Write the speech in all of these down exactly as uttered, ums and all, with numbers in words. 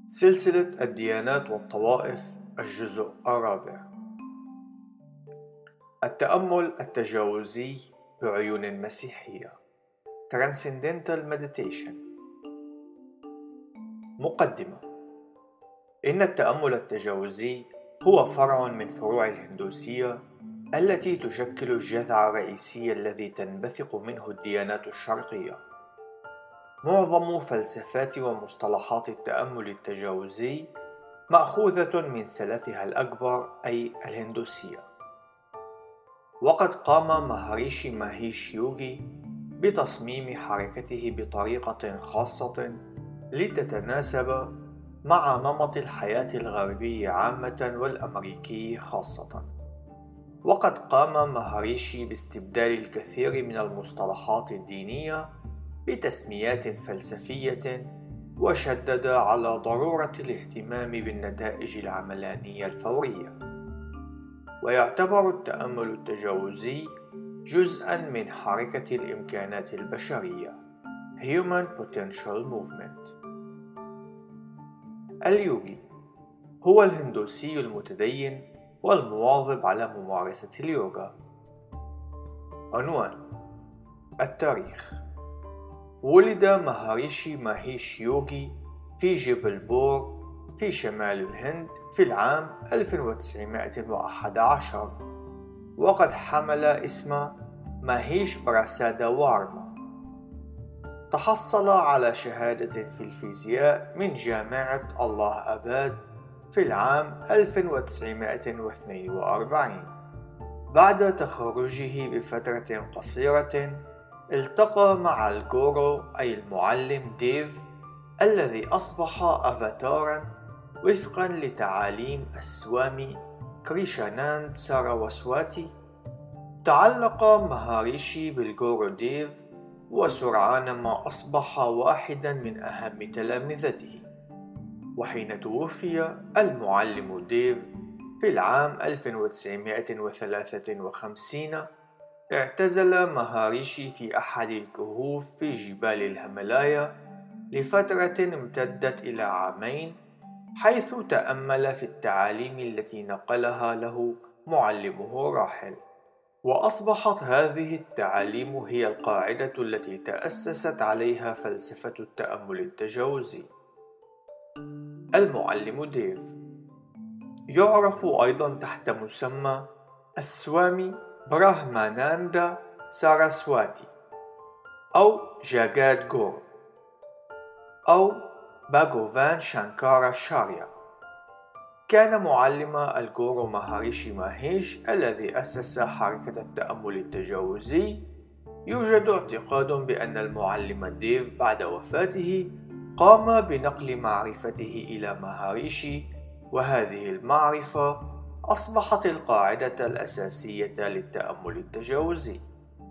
سلسلة الديانات والطوائف الجزء الرابع. التأمل التجاوزي بعيون مسيحية Transcendental Meditation. مقدمة. إن التأمل التجاوزي هو فرع من فروع الهندوسية التي تشكل الجذع الرئيسي الذي تنبثق منه الديانات الشرقية. معظم فلسفات ومصطلحات التأمل التجاوزي مأخوذة من سلفها الأكبر أي الهندوسية. وقد قام مهاريشي ماهيش يوغي بتصميم حركته بطريقة خاصة لتتناسب مع نمط الحياة الغربي عامة والأمريكي خاصة. وقد قام مهاريشي باستبدال الكثير من المصطلحات الدينية بتسميات فلسفية، وشدد على ضرورة الاهتمام بالنتائج العملانية الفورية. ويعتبر التأمل التجاوزي جزءاً من حركة الإمكانات البشرية Human Potential Movement. اليوغي هو الهندوسي المتدين والمواظب على ممارسة اليوغا. عنوان: التاريخ. ولد مهاريشي ماهيش يوغي في جبل بور في شمال الهند في العام ألف وتسعمائة وأحد عشر، وقد حمل اسم ماهيش براسادا وارما. تحصل على شهادة في الفيزياء من جامعة الله أباد في العام ألف وتسعمائة واثنين وأربعين. بعد تخرجه بفترة قصيرة التقى مع الغورو أي المعلم ديف الذي أصبح أفاتارا وفقا لتعاليم السوامي كريشاناند ساراوسواتي. تعلق مهاريشي بالغورو ديف، وسرعان ما أصبح واحدا من أهم تلامذته. وحين توفي المعلم ديف في العام ألف وتسعمائة وثلاثة وخمسين، اعتزل مهاريشي في أحد الكهوف في جبال الهيمالايا لفترة امتدت إلى عامين، حيث تأمل في التعاليم التي نقلها له معلمه الراحل. وأصبحت هذه التعاليم هي القاعدة التي تأسست عليها فلسفة التأمل التجاوزي. المعلم ديف يعرف أيضا تحت مسمى السوامي براهماناندا ساراسواتي أو جاغاد غورو أو باغوفان شانكارا شاريا. كان معلم الغورو مهاريشي ماهيش الذي أسس حركة التأمل التجاوزي. يوجد اعتقاد بأن المعلم ديف بعد وفاته قام بنقل معرفته إلى مهاريشي، وهذه المعرفة أصبحت القاعدة الأساسية للتأمل التجاوزي.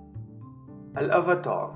الأفاتار،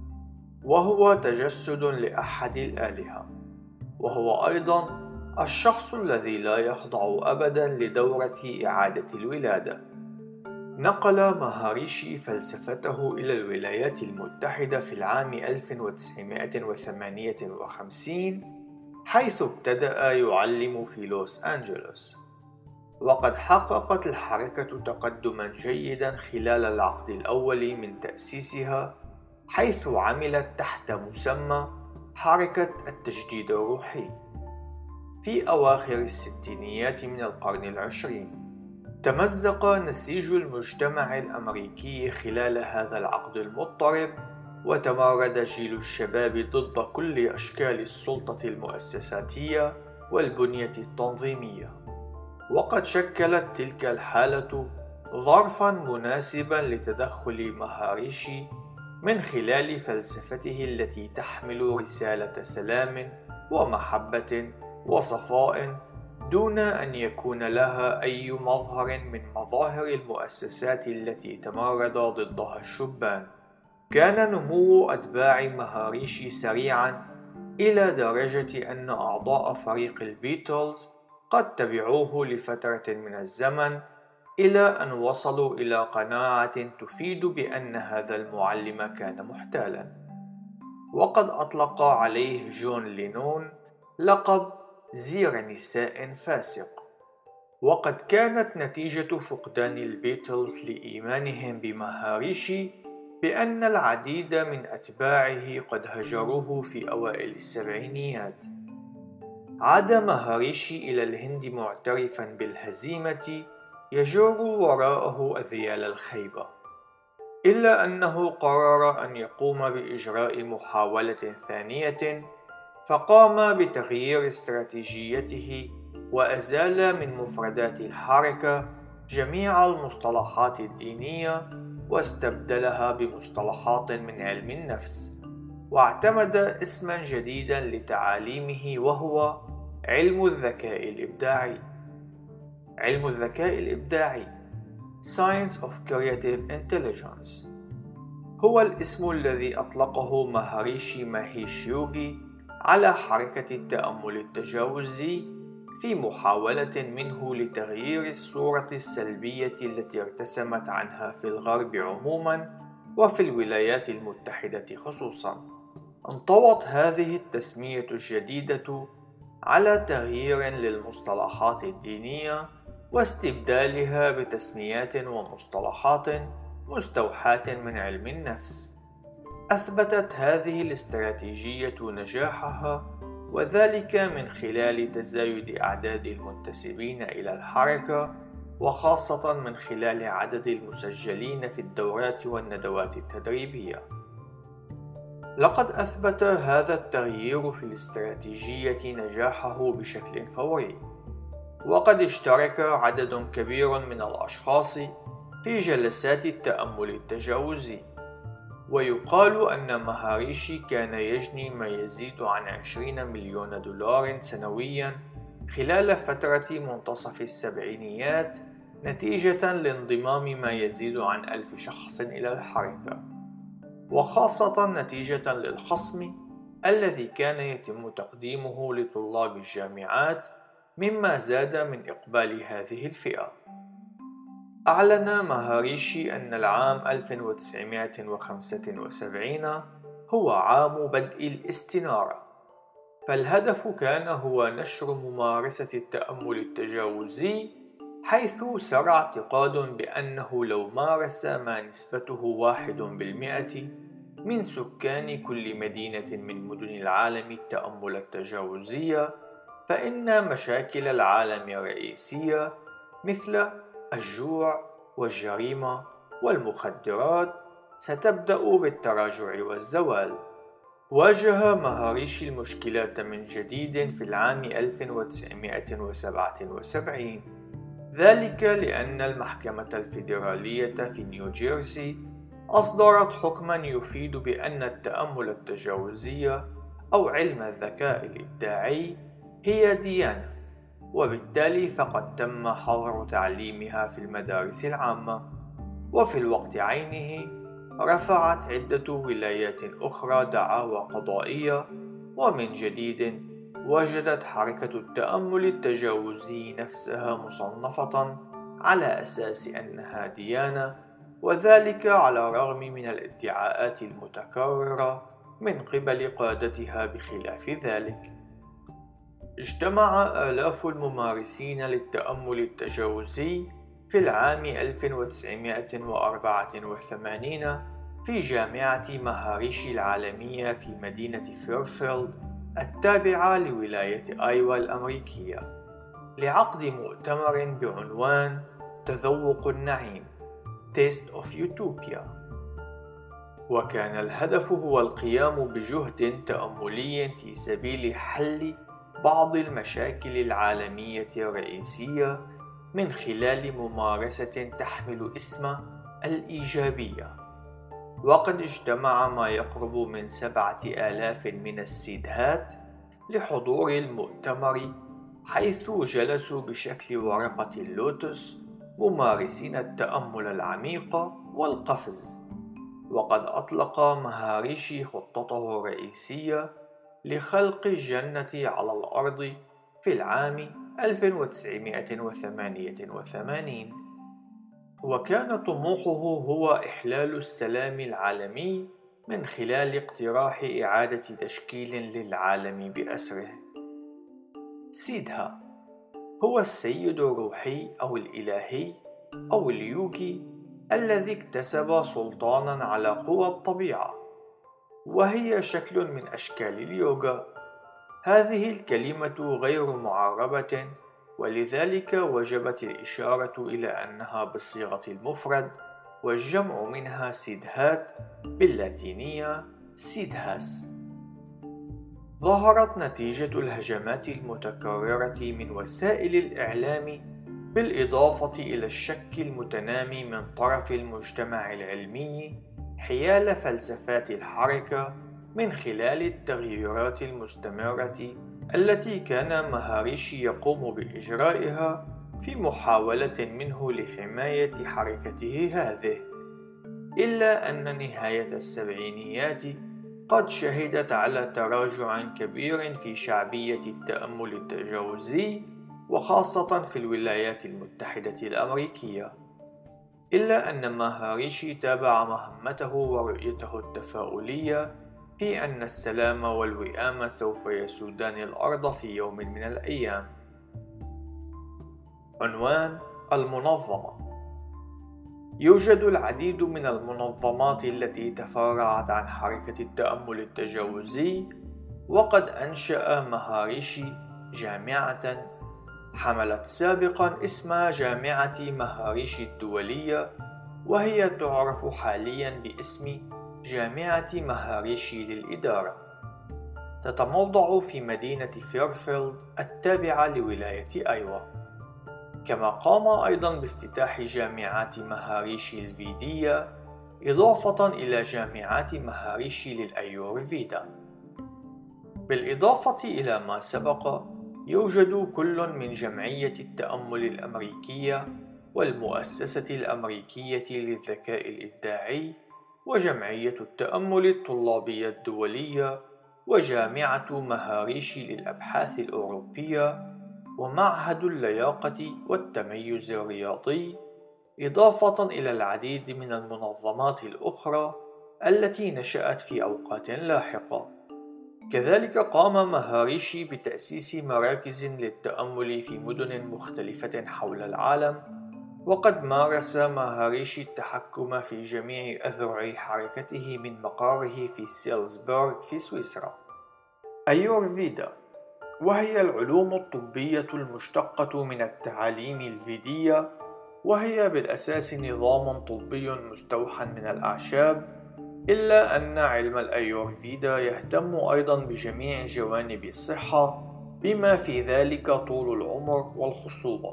وهو تجسد لأحد الآلهة، وهو أيضا الشخص الذي لا يخضع أبدا لدورة إعادة الولادة. نقل مهاريشي فلسفته إلى الولايات المتحدة في العام ألف وتسعمائة وثمانية وخمسين، حيث ابتدأ يعلم في لوس أنجلوس. وقد حققت الحركة تقدما جيدا خلال العقد الأول من تأسيسها، حيث عملت تحت مسمى حركة التجديد الروحي. في أواخر الستينيات من القرن العشرين تمزق نسيج المجتمع الأمريكي خلال هذا العقد المضطرب، وتمرد جيل الشباب ضد كل أشكال السلطة المؤسساتية والبنية التنظيمية. وقد شكلت تلك الحالة ظرفا مناسبا لتدخل مهاريشي من خلال فلسفته التي تحمل رسالة سلام ومحبة وصفاء، دون أن يكون لها أي مظهر من مظاهر المؤسسات التي تمرد ضدها الشبان. كان نمو أتباع مهاريشي سريعا إلى درجة أن أعضاء فريق البيتلز قد تبعوه لفترة من الزمن، إلى أن وصلوا إلى قناعة تفيد بأن هذا المعلم كان محتالا. وقد أطلق عليه جون لينون لقب زير نساء فاسق. وقد كانت نتيجة فقدان البيتلز لإيمانهم بمهاريشي بأن العديد من أتباعه قد هجروه في أوائل السبعينيات. عاد مهاريشي إلى الهند معترفا بالهزيمة، يجر وراءه أذيال الخيبة، إلا أنه قرر أن يقوم بإجراء محاولة ثانية، فقام بتغيير استراتيجيته وأزال من مفردات الحركة جميع المصطلحات الدينية واستبدلها بمصطلحات من علم النفس، واعتمد اسما جديدا لتعاليمه وهو علم الذكاء الإبداعي. علم الذكاء الإبداعي Science of Creative Intelligence هو الاسم الذي أطلقه مهاريشي ماهيش يوغي على حركة التأمل التجاوزي في محاولة منه لتغيير الصورة السلبية التي ارتسمت عنها في الغرب عموما وفي الولايات المتحدة خصوصا. انطوت هذه التسمية الجديدة على تغيير للمصطلحات الدينية واستبدالها بتسميات ومصطلحات مستوحاة من علم النفس. أثبتت هذه الاستراتيجية نجاحها، وذلك من خلال تزايد أعداد المنتسبين إلى الحركة، وخاصة من خلال عدد المسجلين في الدورات والندوات التدريبية. لقد أثبت هذا التغيير في الاستراتيجية نجاحه بشكل فوري، وقد اشترك عدد كبير من الأشخاص في جلسات التأمل التجاوزي. ويقال أن مهاريشي كان يجني ما يزيد عن عشرين مليون دولار سنويا خلال فترة منتصف السبعينيات نتيجة لانضمام ما يزيد عن ألف شخص إلى الحركة، وخاصة نتيجة للخصم الذي كان يتم تقديمه لطلاب الجامعات، مما زاد من إقبال هذه الفئة. أعلن مهاريشي أن العام ألف وتسعمائة وخمسة وسبعين هو عام بدء الاستنارة، فالهدف كان هو نشر ممارسة التأمل التجاوزي، حيث سرى اعتقاد بأنه لو مارس ما نسبته واحد بالمئة من سكان كل مدينة من مدن العالم التأمل التجاوزي، فإن مشاكل العالم الرئيسية مثل الجوع والجريمة والمخدرات ستبدأ بالتراجع والزوال. واجه مهاريشي المشكلات من جديد في العام ألف وتسعمائة وسبعة وسبعين، ذلك لأن المحكمة الفيدرالية في نيوجيرسي أصدرت حكما يفيد بأن التأمل التجاوزي أو علم الذكاء الإبداعي هي ديانة، وبالتالي فقد تم حظر تعليمها في المدارس العامة. وفي الوقت عينه رفعت عدة ولايات أخرى دعاوى قضائية، ومن جديد وجدت حركة التأمل التجاوزي نفسها مصنفة على أساس أنها ديانة، وذلك على الرغم من الادعاءات المتكررة من قبل قادتها بخلاف ذلك. اجتمع آلاف الممارسين للتأمل التجاوزي في العام ألف وتسعمائة وأربعة وثمانين في جامعة مهاريشي العالمية في مدينة فيرفيلد التابعة لولاية آيوا الأمريكية، لعقد مؤتمر بعنوان تذوق النعيم Taste of Utopia. وكان الهدف هو القيام بجهد تأملي في سبيل حل بعض المشاكل العالمية الرئيسية من خلال ممارسة تحمل اسم الإيجابية. وقد اجتمع ما يقرب من سبعة آلاف من السيدهات لحضور المؤتمر، حيث جلسوا بشكل ورقة اللوتس ممارسين التأمل العميق والقفز. وقد أطلق مهاريشي خطته الرئيسية لخلق الجنة على الأرض في العام ألف وتسعمائة وثمانية وثمانين، وكان طموحه هو إحلال السلام العالمي من خلال اقتراح إعادة تشكيل للعالم بأسره. سيدها هو السيد الروحي أو الإلهي أو اليوغي الذي اكتسب سلطانا على قوى الطبيعة، وهي شكل من أشكال اليوغا. هذه الكلمة غير معربة، ولذلك وجبت الإشارة إلى أنها بصيغة المفرد، والجمع منها سيدهات باللاتينية سيدهاس. ظهرت نتيجة الهجمات المتكررة من وسائل الإعلام بالإضافة إلى الشك المتنامي من طرف المجتمع العلمي حيال فلسفات الحركة من خلال التغييرات المستمرة التي كان مهاريشي يقوم بإجرائها في محاولة منه لحماية حركته هذه. إلا أن نهاية السبعينيات قد شهدت على تراجع كبير في شعبية التأمل التجاوزي، وخاصة في الولايات المتحدة الأمريكية. إلا أن مهاريشي تابع مهمته ورؤيته التفاؤلية في أن السلام والوئام سوف يسودان الأرض في يوم من الأيام. عنوان: المنظمة. يوجد العديد من المنظمات التي تفرعت عن حركة التأمل التجاوزي، وقد أنشأ مهاريشي جامعة حملت سابقا اسم جامعة مهاريشي الدولية، وهي تعرف حاليا باسم جامعة مهاريشي للإدارة. تتموضع في مدينة فيرفيلد التابعة لولاية أيوا. كما قام أيضا بافتتاح جامعات مهاريشي الفيدية، إضافة إلى جامعات مهاريشي للأيورفيدا. بالإضافة إلى ما سبق، يوجد كل من جمعية التأمل الأمريكية والمؤسسة الأمريكية للذكاء الإبداعي وجمعية التأمل الطلابية الدولية وجامعة مهاريشي للأبحاث الأوروبية ومعهد اللياقة والتميز الرياضي، إضافة إلى العديد من المنظمات الأخرى التي نشأت في أوقات لاحقة. كذلك قام مهاريشي بتأسيس مراكز للتأمل في مدن مختلفة حول العالم، وقد مارس مهاريشي التحكم في جميع أذرع حركته من مقره في سيلزبورغ في سويسرا. أيورفيدا، وهي العلوم الطبية المشتقة من التعاليم الفيدية، وهي بالأساس نظام طبي مستوحى من الأعشاب، إلا أن علم الأيورفيدا يهتم أيضا بجميع جوانب الصحة بما في ذلك طول العمر والخصوبة.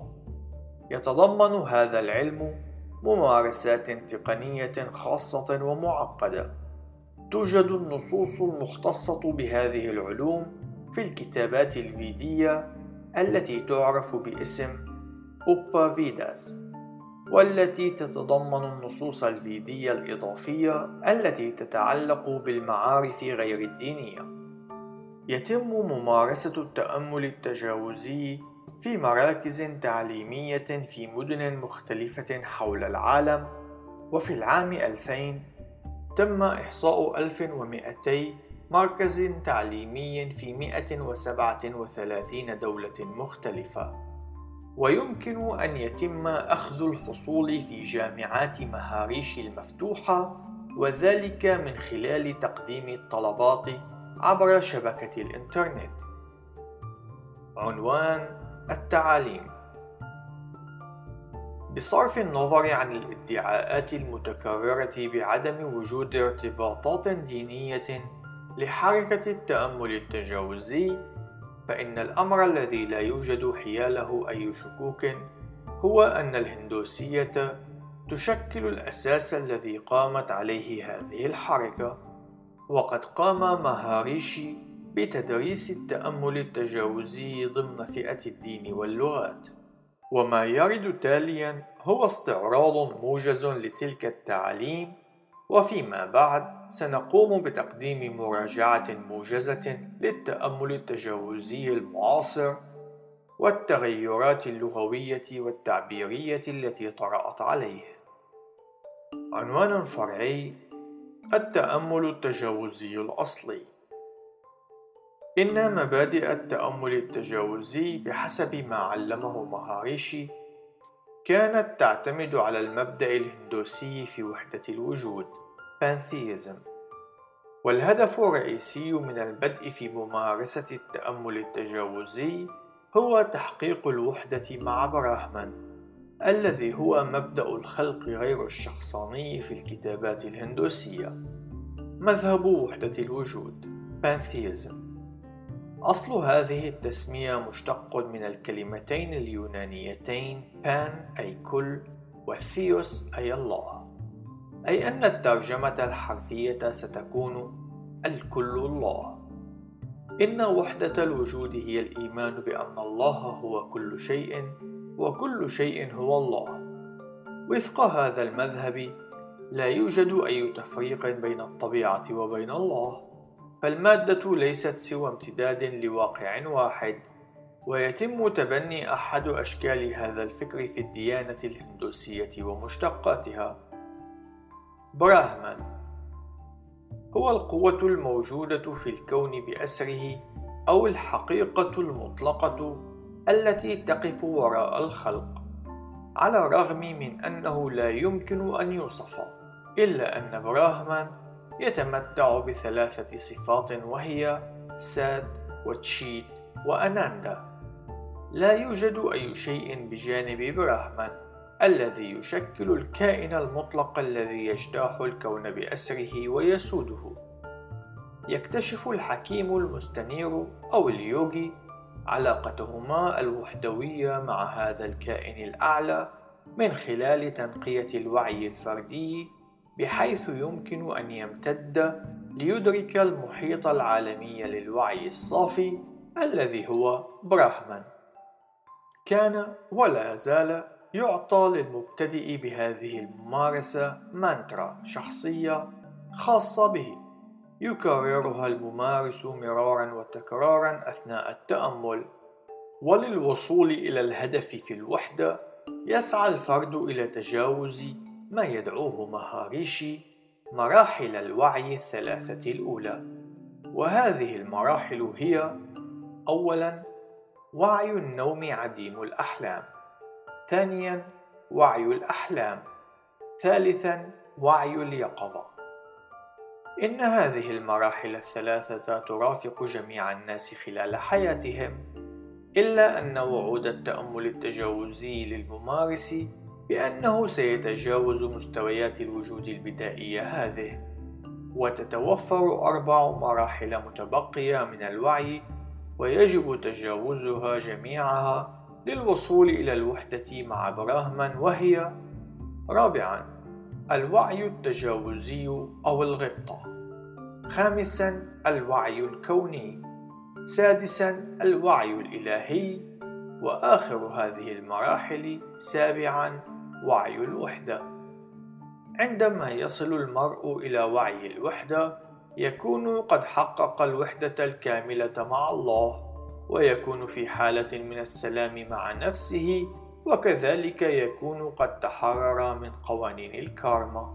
يتضمن هذا العلم ممارسات تقنية خاصة ومعقدة. توجد النصوص المختصة بهذه العلوم في الكتابات الفيدية التي تعرف باسم أوبا فيداس، والتي تتضمن النصوص الفيدية الإضافية التي تتعلق بالمعارف غير الدينية. يتم ممارسة التأمل التجاوزي في مراكز تعليمية في مدن مختلفة حول العالم، وفي العام ألفين تم إحصاء ألف ومئتي مركز تعليمي في مئة وسبعة وثلاثين دولة مختلفة. ويمكن أن يتم أخذ الفصول في جامعات مهاريشي المفتوحة، وذلك من خلال تقديم الطلبات عبر شبكة الإنترنت. عنوان: التعاليم. بصرف النظر عن الادعاءات المتكررة بعدم وجود ارتباطات دينية لحركة التأمل التجاوزي، فإن الأمر الذي لا يوجد حياله أي شكوك هو أن الهندوسية تشكل الأساس الذي قامت عليه هذه الحركة. وقد قام مهاريشي بتدريس التأمل التجاوزي ضمن فئة الدين واللغات، وما يرد تاليا هو استعراض موجز لتلك التعاليم، وفيما بعد سنقوم بتقديم مراجعة موجزة للتأمل التجاوزي المعاصر والتغيرات اللغوية والتعبيرية التي طرأت عليه. عنوان فرعي: التأمل التجاوزي الأصلي. إن مبادئ التأمل التجاوزي بحسب ما علمه مهاريشي كانت تعتمد على المبدأ الهندوسي في وحدة الوجود Pantheism، والهدف الرئيسي من البدء في ممارسة التأمل التجاوزي هو تحقيق الوحدة مع براهمن، الذي هو مبدأ الخلق غير الشخصاني في الكتابات الهندوسية. مذهب وحدة الوجود Pantheism. أصل هذه التسمية مشتق من الكلمتين اليونانيتين pan أي كل وثيوس أي الله، أي أن الترجمة الحرفية ستكون الكل الله. إن وحدة الوجود هي الإيمان بأن الله هو كل شيء وكل شيء هو الله. وفق هذا المذهب لا يوجد أي تفريق بين الطبيعة وبين الله، فالمادة ليست سوى امتداد لواقع واحد، ويتم تبني أحد أشكال هذا الفكر في الديانة الهندوسية ومشتقاتها. براهمن هو القوة الموجودة في الكون بأسره أو الحقيقة المطلقة التي تقف وراء الخلق، على الرغم من أنه لا يمكن أن يوصف، إلا أن براهمن يتمتع بثلاثة صفات، وهي سات وتشيت وأناندا. لا يوجد أي شيء بجانب براهمن الذي يشكل الكائن المطلق الذي يجتاح الكون بأسره ويسوده. يكتشف الحكيم المستنير أو اليوغي علاقتهما الوحدوية مع هذا الكائن الأعلى من خلال تنقية الوعي الفردي، بحيث يمكن أن يمتد ليدرك المحيط العالمي للوعي الصافي الذي هو براهمن. كان ولا زال يعطى للمبتدئ بهذه الممارسة مانترا شخصية خاصة به، يكررها الممارس مرارا وتكرارا أثناء التأمل. وللوصول إلى الهدف في الوحدة يسعى الفرد إلى تجاوز ما يدعوه مهاريشي مراحل الوعي الثلاثة الأولى، وهذه المراحل هي: أولاً وعي النوم عديم الأحلام، ثانياً وعي الأحلام، ثالثاً وعي اليقظة. إن هذه المراحل الثلاثة ترافق جميع الناس خلال حياتهم، إلا أن وعود التأمل التجاوزي للممارس بأنه سيتجاوز مستويات الوجود البدائية هذه، وتتوفر أربع مراحل متبقية من الوعي، ويجب تجاوزها جميعها للوصول إلى الوحدة مع براهمن، وهي: رابعاً الوعي التجاوزي أو الغبطة، خامساً الوعي الكوني، سادساً الوعي الإلهي، وآخر هذه المراحل سابعاً وعي الوحدة. عندما يصل المرء إلى وعي الوحدة يكون قد حقق الوحدة الكاملة مع الله، ويكون في حالة من السلام مع نفسه، وكذلك يكون قد تحرر من قوانين الكارما.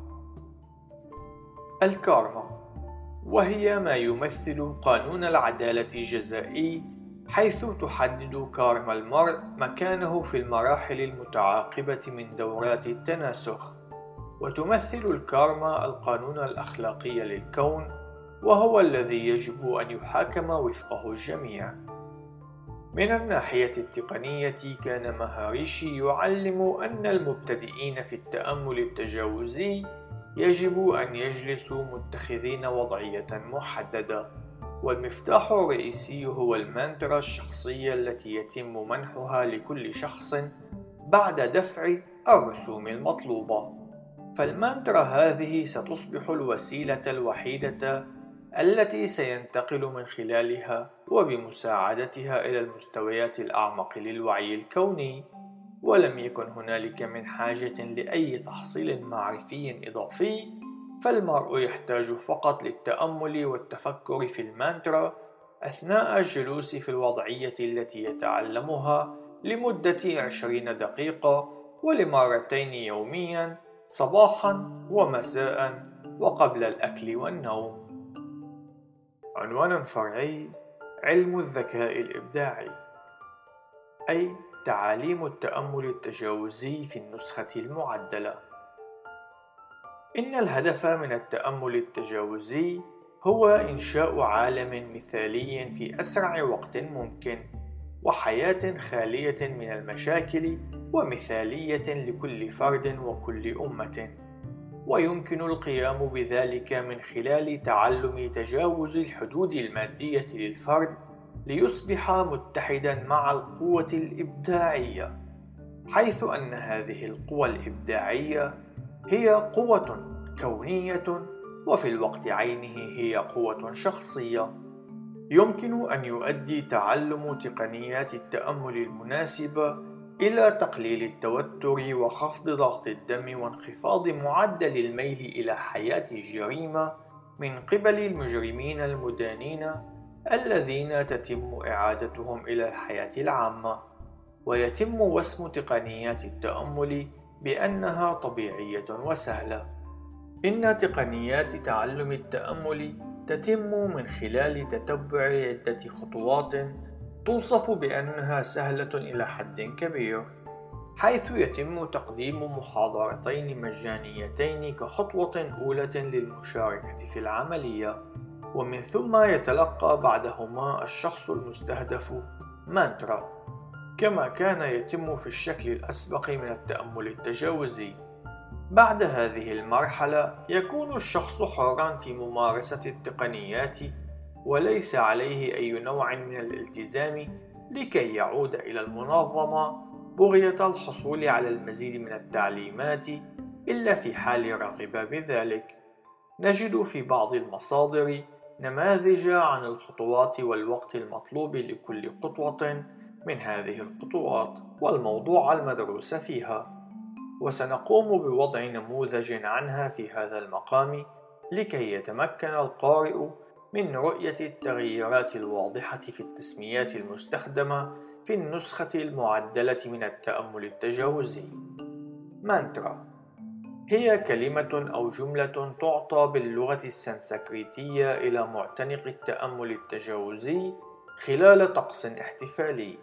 الكارما وهي ما يمثل قانون العدالة الجزائي، حيث تحدد كارما المرء مكانه في المراحل المتعاقبة من دورات التناسخ. وتمثل الكارما القانون الأخلاقي للكون، وهو الذي يجب أن يحاكم وفقه الجميع. من الناحية التقنية كان مهاريشي يعلم أن المبتدئين في التأمل التجاوزي يجب أن يجلسوا متخذين وضعية محددة، والمفتاح الرئيسي هو المانترا الشخصية التي يتم منحها لكل شخص بعد دفع الرسوم المطلوبة. فالمانترا هذه ستصبح الوسيلة الوحيدة التي سينتقل من خلالها وبمساعدتها إلى المستويات الأعمق للوعي الكوني، ولم يكن هنالك من حاجة لأي تحصيل معرفي إضافي، فالمرء يحتاج فقط للتأمل والتفكر في المانترا أثناء الجلوس في الوضعية التي يتعلمها لمدة عشرين دقيقة ولمرتين يوميا، صباحا ومساء وقبل الأكل والنوم. عنوان فرعي: علم الذكاء الإبداعي، أي تعاليم التأمل التجاوزي في النسخة المعدلة. إن الهدف من التأمل التجاوزي هو إنشاء عالم مثالي في أسرع وقت ممكن، وحياة خالية من المشاكل ومثالية لكل فرد وكل أمة. ويمكن القيام بذلك من خلال تعلم تجاوز الحدود المادية للفرد ليصبح متحدا مع القوة الإبداعية، حيث أن هذه القوى الإبداعية هي قوة كونية وفي الوقت عينه هي قوة شخصية. يمكن أن يؤدي تعلم تقنيات التأمل المناسبة إلى تقليل التوتر وخفض ضغط الدم وانخفاض معدل الميل إلى حياة الجريمة من قبل المجرمين المدانين الذين تتم إعادتهم إلى الحياة العامة. ويتم وسم تقنيات التأمل بأنها طبيعية وسهلة. إن تقنيات تعلم التأمل تتم من خلال تتبع عدة خطوات توصف بأنها سهلة إلى حد كبير، حيث يتم تقديم محاضرتين مجانيتين كخطوة أولى للمشاركة في العملية، ومن ثم يتلقى بعدهما الشخص المستهدف مانترا، كما كان يتم في الشكل الأسبق من التأمل التجاوزي. بعد هذه المرحلة يكون الشخص حرا في ممارسة التقنيات، وليس عليه أي نوع من الالتزام لكي يعود إلى المنظمة بغية الحصول على المزيد من التعليمات إلا في حال رغب بذلك. نجد في بعض المصادر نماذج عن الخطوات والوقت المطلوب لكل خطوة من هذه الخطوات والموضوع المدروس فيها، وسنقوم بوضع نموذج عنها في هذا المقام لكي يتمكن القارئ من رؤية التغييرات الواضحة في التسميات المستخدمة في النسخة المعدلة من التأمل التجاوزي. مانترا هي كلمة أو جملة تعطى باللغة السنسكريتية إلى معتنق التأمل التجاوزي خلال طقس احتفالي،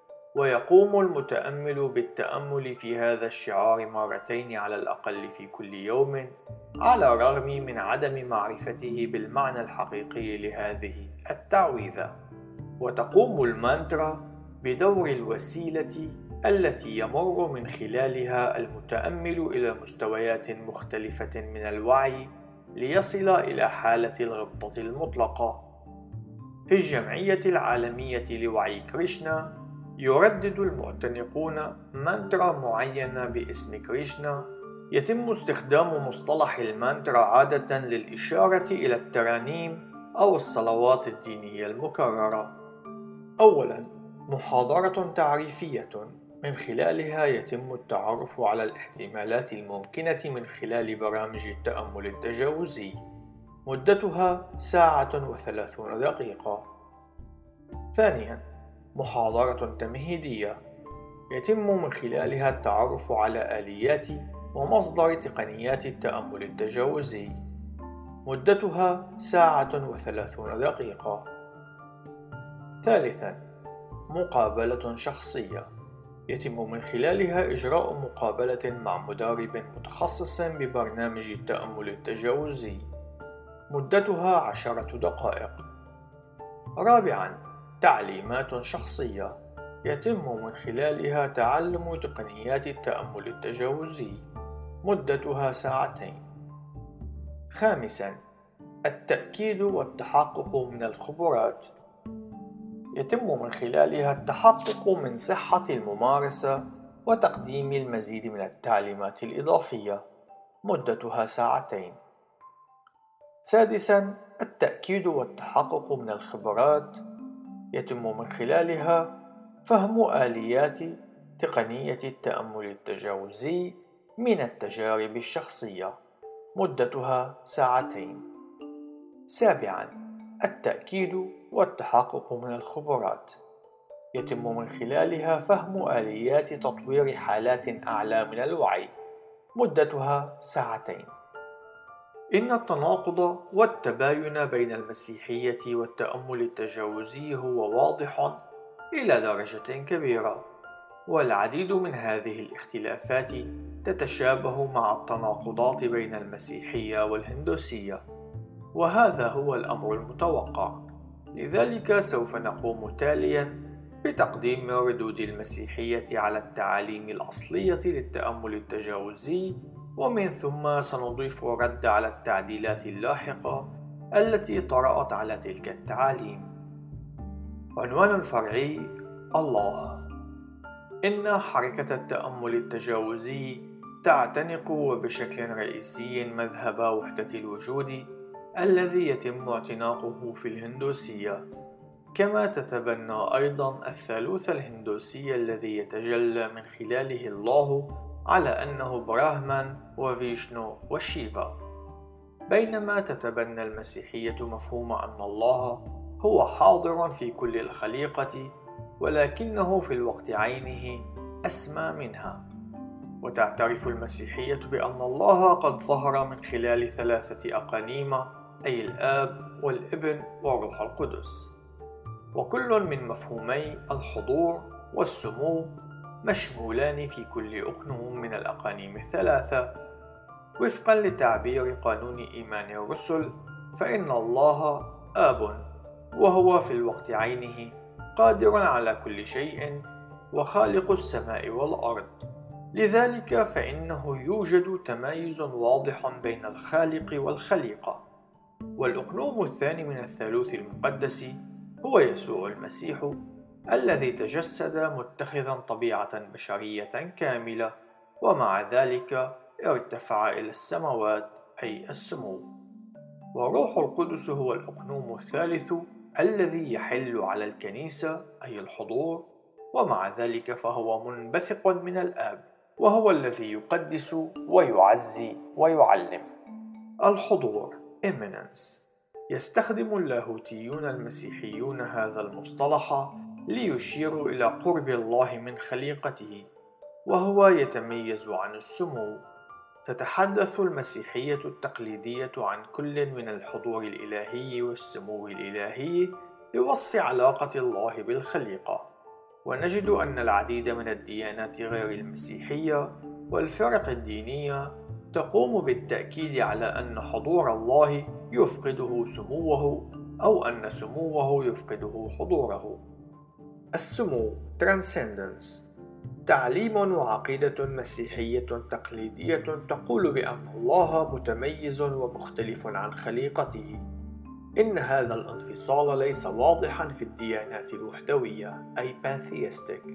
ويقوم المتأمل بالتأمل في هذا الشعار مرتين على الأقل في كل يوم، على الرغم من عدم معرفته بالمعنى الحقيقي لهذه التعويذة. وتقوم المانترا بدور الوسيلة التي يمر من خلالها المتأمل إلى مستويات مختلفة من الوعي ليصل إلى حالة الغبطة المطلقة. في الجمعية العالمية لوعي كريشنا يردد المعتنقون مانترا معينة باسم كريشنا. يتم استخدام مصطلح المانترا عادة للإشارة إلى الترانيم أو الصلوات الدينية المكررة. أولاً، محاضرة تعريفية من خلالها يتم التعرف على الاحتمالات الممكنة من خلال برامج التأمل التجاوزي، مدتها ساعة وثلاثون دقيقة. ثانياً، محاضرة تمهيدية يتم من خلالها التعرف على آليات ومصدر تقنيات التأمل التجاوزي، مدتها ساعة وثلاثون دقيقة. ثالثاً، مقابلة شخصية يتم من خلالها إجراء مقابلة مع مدرب متخصص ببرنامج التأمل التجاوزي، مدتها عشرة دقائق. رابعاً، تعليمات شخصية يتم من خلالها تعلم تقنيات التأمل التجاوزي، مدتها ساعتين. خامساً، التأكيد والتحقق من الخبرات يتم من خلالها التحقق من صحة الممارسة وتقديم المزيد من التعليمات الإضافية، مدتها ساعتين. سادساً، التأكيد والتحقق من الخبرات يتم من خلالها فهم آليات تقنية التأمل التجاوزي من التجارب الشخصية، مدتها ساعتين. سابعاً، التأكيد والتحقق من الخبرات يتم من خلالها فهم آليات تطوير حالات أعلى من الوعي، مدتها ساعتين. إن التناقض والتباين بين المسيحية والتأمل التجاوزي هو واضح إلى درجة كبيرة، والعديد من هذه الاختلافات تتشابه مع التناقضات بين المسيحية والهندوسية، وهذا هو الأمر المتوقع. لذلك سوف نقوم تالياً بتقديم ردود المسيحية على التعاليم الأصلية للتأمل التجاوزي، ومن ثم سنضيف رد على التعديلات اللاحقة التي طرأت على تلك التعاليم. عنوان فرعي: الله. إن حركة التأمل التجاوزي تعتنق وبشكل رئيسي مذهب وحدة الوجود الذي يتم اعتناقه في الهندوسية، كما تتبنى أيضا الثالوث الهندوسي الذي يتجلى من خلاله الله على أنه براهمان وفيشنو وشيفا، بينما تتبنى المسيحية مفهوم أن الله هو حاضر في كل الخليقة ولكنه في الوقت عينه أسمى منها. وتعترف المسيحية بأن الله قد ظهر من خلال ثلاثة أقانيم، أي الآب والابن والروح القدس، وكل من مفهومي الحضور والسمو مشمولان في كل أقنوم من الأقانيم الثلاثة. وفقا لتعبير قانون إيمان الرسل، فإن الله آب، وهو في الوقت عينه قادر على كل شيء وخالق السماء والأرض. لذلك فإنه يوجد تمايز واضح بين الخالق والخليقة. والأقنوم الثاني من الثالوث المقدس هو يسوع المسيح الذي تجسد متخذا طبيعة بشرية كاملة، ومع ذلك ارتفع إلى السماوات، أي السمو. وروح القدس هو الأقنوم الثالث الذي يحل على الكنيسة، أي الحضور، ومع ذلك فهو منبثق من الآب، وهو الذي يقدس ويعزي ويعلم. الحضور immanence. يستخدم اللاهوتيون المسيحيون هذا المصطلح ليشيروا إلى قرب الله من خليقته، وهو يتميز عن السمو. تتحدث المسيحية التقليدية عن كل من الحضور الإلهي والسمو الإلهي لوصف علاقة الله بالخليقة. ونجد أن العديد من الديانات غير المسيحية والفرق الدينية تقوم بالتأكيد على أن حضور الله يفقده سموه، أو أن سموه يفقده حضوره. السمو Transcendence تعليم وعقيدة مسيحية تقليدية تقول بأن الله متميز ومختلف عن خليقته. إن هذا الانفصال ليس واضحا في الديانات الوحدوية، أي Pantheistic.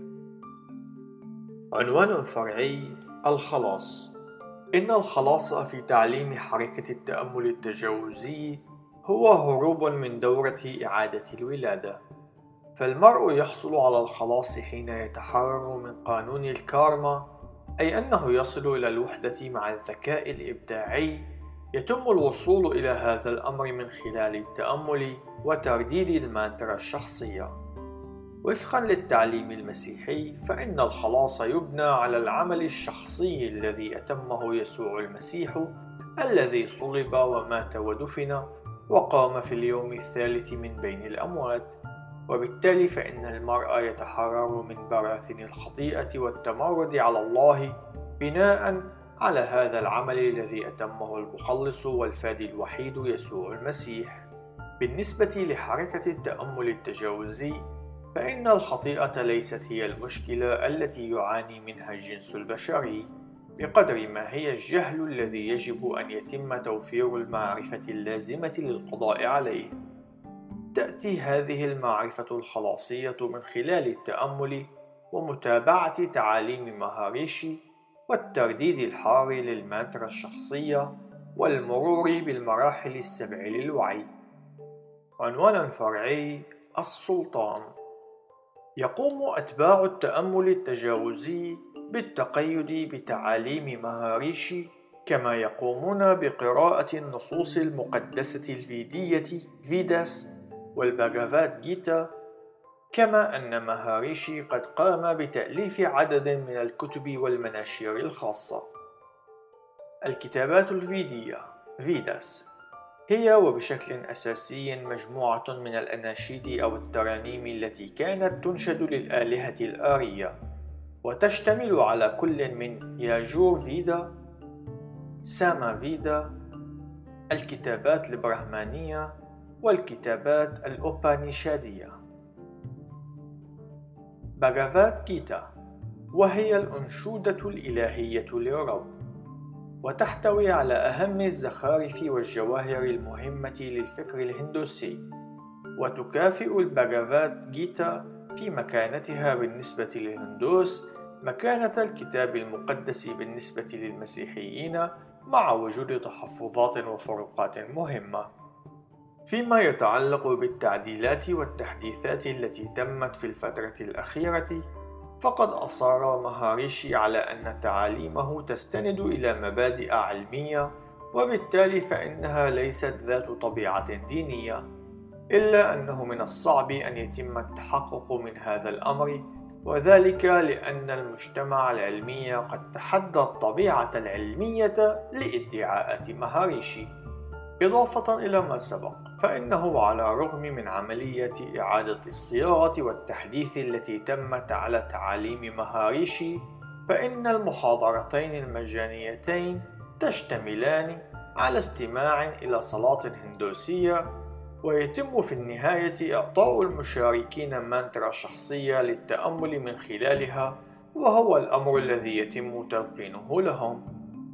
عنوان فرعي: الخلاص. إن الخلاص في تعليم حركة التأمل التجاوزي هو هروب من دورة إعادة الولادة. فالمرء يحصل على الخلاص حين يتحرر من قانون الكارما، أي أنه يصل إلى الوحدة مع الذكاء الإبداعي. يتم الوصول إلى هذا الأمر من خلال التأمل وترديد المانترا الشخصية. وفقا للتعليم المسيحي، فإن الخلاص يبنى على العمل الشخصي الذي أتمه يسوع المسيح، الذي صلب ومات ودفن وقام في اليوم الثالث من بين الأموات. وبالتالي فإن المرء يتحرر من براثن الخطيئة والتمرد على الله بناء على هذا العمل الذي أتمه المخلص والفادي الوحيد يسوع المسيح. بالنسبة لحركة التأمل التجاوزي، فإن الخطيئة ليست هي المشكلة التي يعاني منها الجنس البشري، بقدر ما هي الجهل الذي يجب أن يتم توفير المعرفة اللازمة للقضاء عليه. تأتي هذه المعرفة الخلاصية من خلال التأمل ومتابعة تعاليم مهاريشي والترديد الحار للمانترا الشخصية والمرور بالمراحل السبع للوعي. عنوان فرعي: السلطان. يقوم أتباع التأمل التجاوزي بالتقيد بتعاليم مهاريشي، كما يقومون بقراءة النصوص المقدسة الفيدية فيداس والباغافات جيتا، كما أن مهاريشي قد قام بتأليف عدد من الكتب والمناشير الخاصة. الكتابات الفيدية فيداس هي وبشكل أساسي مجموعة من الأناشيد أو الترانيم التي كانت تنشد للآلهة الآرية، وتشتمل على كل من ياجور فيدا، ساما فيدا، الكتابات البرهمانية والكتابات الأوبانيشادية. باغافات جيتا وهي الأنشودة الإلهية للرب، وتحتوي على أهم الزخارف والجواهر المهمة للفكر الهندوسي، وتكافئ الباغافات جيتا في مكانتها بالنسبة للهندوس مكانة الكتاب المقدس بالنسبة للمسيحيين، مع وجود تحفظات وفروقات مهمة. فيما يتعلق بالتعديلات والتحديثات التي تمت في الفترة الأخيرة، فقد أصر مهاريشي على أن تعاليمه تستند إلى مبادئ علمية، وبالتالي فإنها ليست ذات طبيعة دينية، إلا أنه من الصعب أن يتم التحقق من هذا الأمر، وذلك لأن المجتمع العلمي قد تحدى الطبيعة العلمية لادعاءات مهاريشي. إضافة إلى ما سبق، فإنه على الرغم من عملية إعادة الصياغة والتحديث التي تمت على تعاليم مهاريشي، فإن المحاضرتين المجانيتين تشتملان على استماع إلى صلاة هندوسية، ويتم في النهاية إعطاء المشاركين مانترا شخصية للتأمل من خلالها، وهو الأمر الذي يتم تلقينه لهم.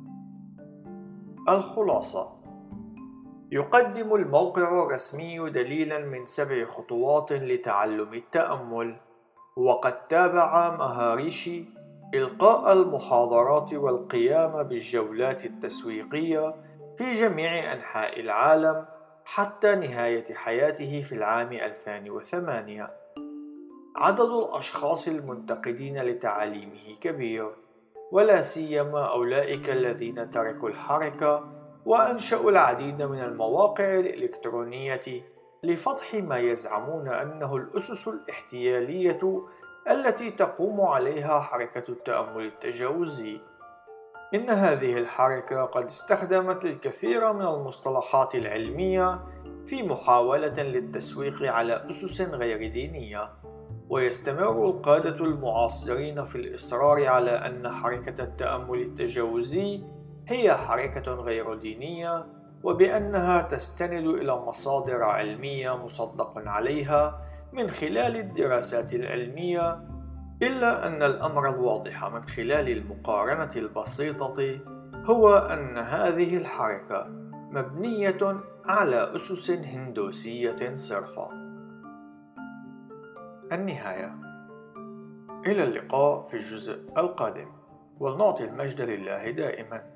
الخلاصة: يقدم الموقع الرسمي دليلاً من سبع خطوات لتعلم التأمل، وقد تابع مهاريشي إلقاء المحاضرات والقيام بالجولات التسويقية في جميع أنحاء العالم حتى نهاية حياته في العام ألفين وثمانية. عدد الأشخاص المنتقدين لتعاليمه كبير، ولا سيما أولئك الذين تركوا الحركة وأنشأوا العديد من المواقع الإلكترونية لفضح ما يزعمون أنه الأسس الاحتيالية التي تقوم عليها حركة التأمل التجاوزي. إن هذه الحركة قد استخدمت الكثير من المصطلحات العلمية في محاولة للتسويق على أسس غير دينية، ويستمر القادة المعاصرين في الإصرار على أن حركة التأمل التجاوزي هي حركة غير دينية، وبأنها تستند إلى مصادر علمية مصدق عليها من خلال الدراسات العلمية، إلا أن الأمر الواضح من خلال المقارنة البسيطة هو أن هذه الحركة مبنية على أسس هندوسية صرفة. النهاية. إلى اللقاء في الجزء القادم، ولنعطي المجد لله دائما.